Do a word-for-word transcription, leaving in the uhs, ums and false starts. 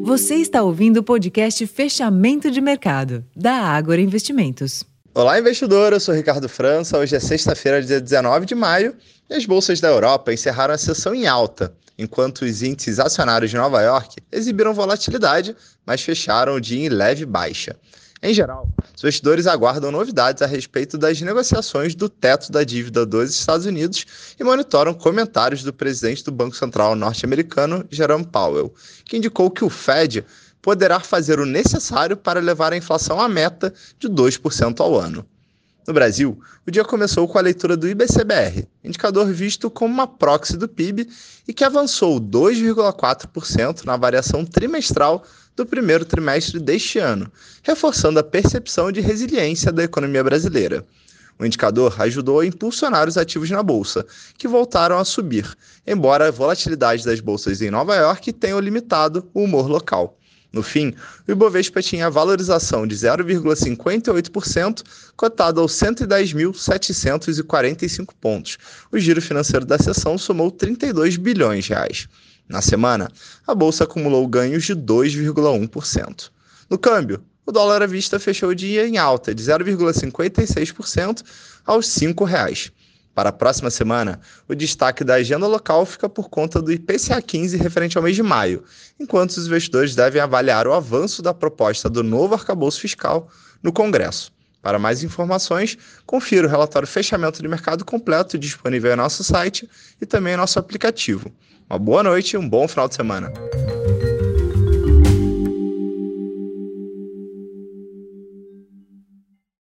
Você está ouvindo o podcast Fechamento de Mercado, da Ágora Investimentos. Olá, investidor! Eu sou Ricardo França. Hoje é sexta-feira, dia dezenove de maio, e as bolsas da Europa encerraram a sessão em alta, enquanto os índices acionários de Nova York exibiram volatilidade, mas fecharam o dia em leve baixa. Em geral, os investidores aguardam novidades a respeito das negociações do teto da dívida dos Estados Unidos e monitoram comentários do presidente do Banco Central norte-americano, Jerome Powell, que indicou que o Fed poderá fazer o necessário para levar a inflação à meta de dois por cento ao ano. No Brasil, o dia começou com a leitura do I B C B R, indicador visto como uma proxy do P I B e que avançou dois vírgula quatro por cento na variação trimestral do primeiro trimestre deste ano, reforçando a percepção de resiliência da economia brasileira. O indicador ajudou a impulsionar os ativos na bolsa, que voltaram a subir, embora a volatilidade das bolsas em Nova York tenha limitado o humor local. No fim, o Ibovespa tinha valorização de zero vírgula cinquenta e oito por cento, cotado aos cento e dez mil setecentos e quarenta e cinco pontos. O giro financeiro da sessão somou trinta e dois bilhões de reais. Na semana, a bolsa acumulou ganhos de dois vírgula um por cento. No câmbio, o dólar à vista fechou o dia em alta de zero vírgula cinquenta e seis por cento aos cinco reais. Para a próxima semana, o destaque da agenda local fica por conta do I P C A quinze referente ao mês de maio, enquanto os investidores devem avaliar o avanço da proposta do novo arcabouço fiscal no Congresso. Para mais informações, confira o relatório Fechamento de Mercado completo disponível em nosso site e também em nosso aplicativo. Uma boa noite e um bom final de semana.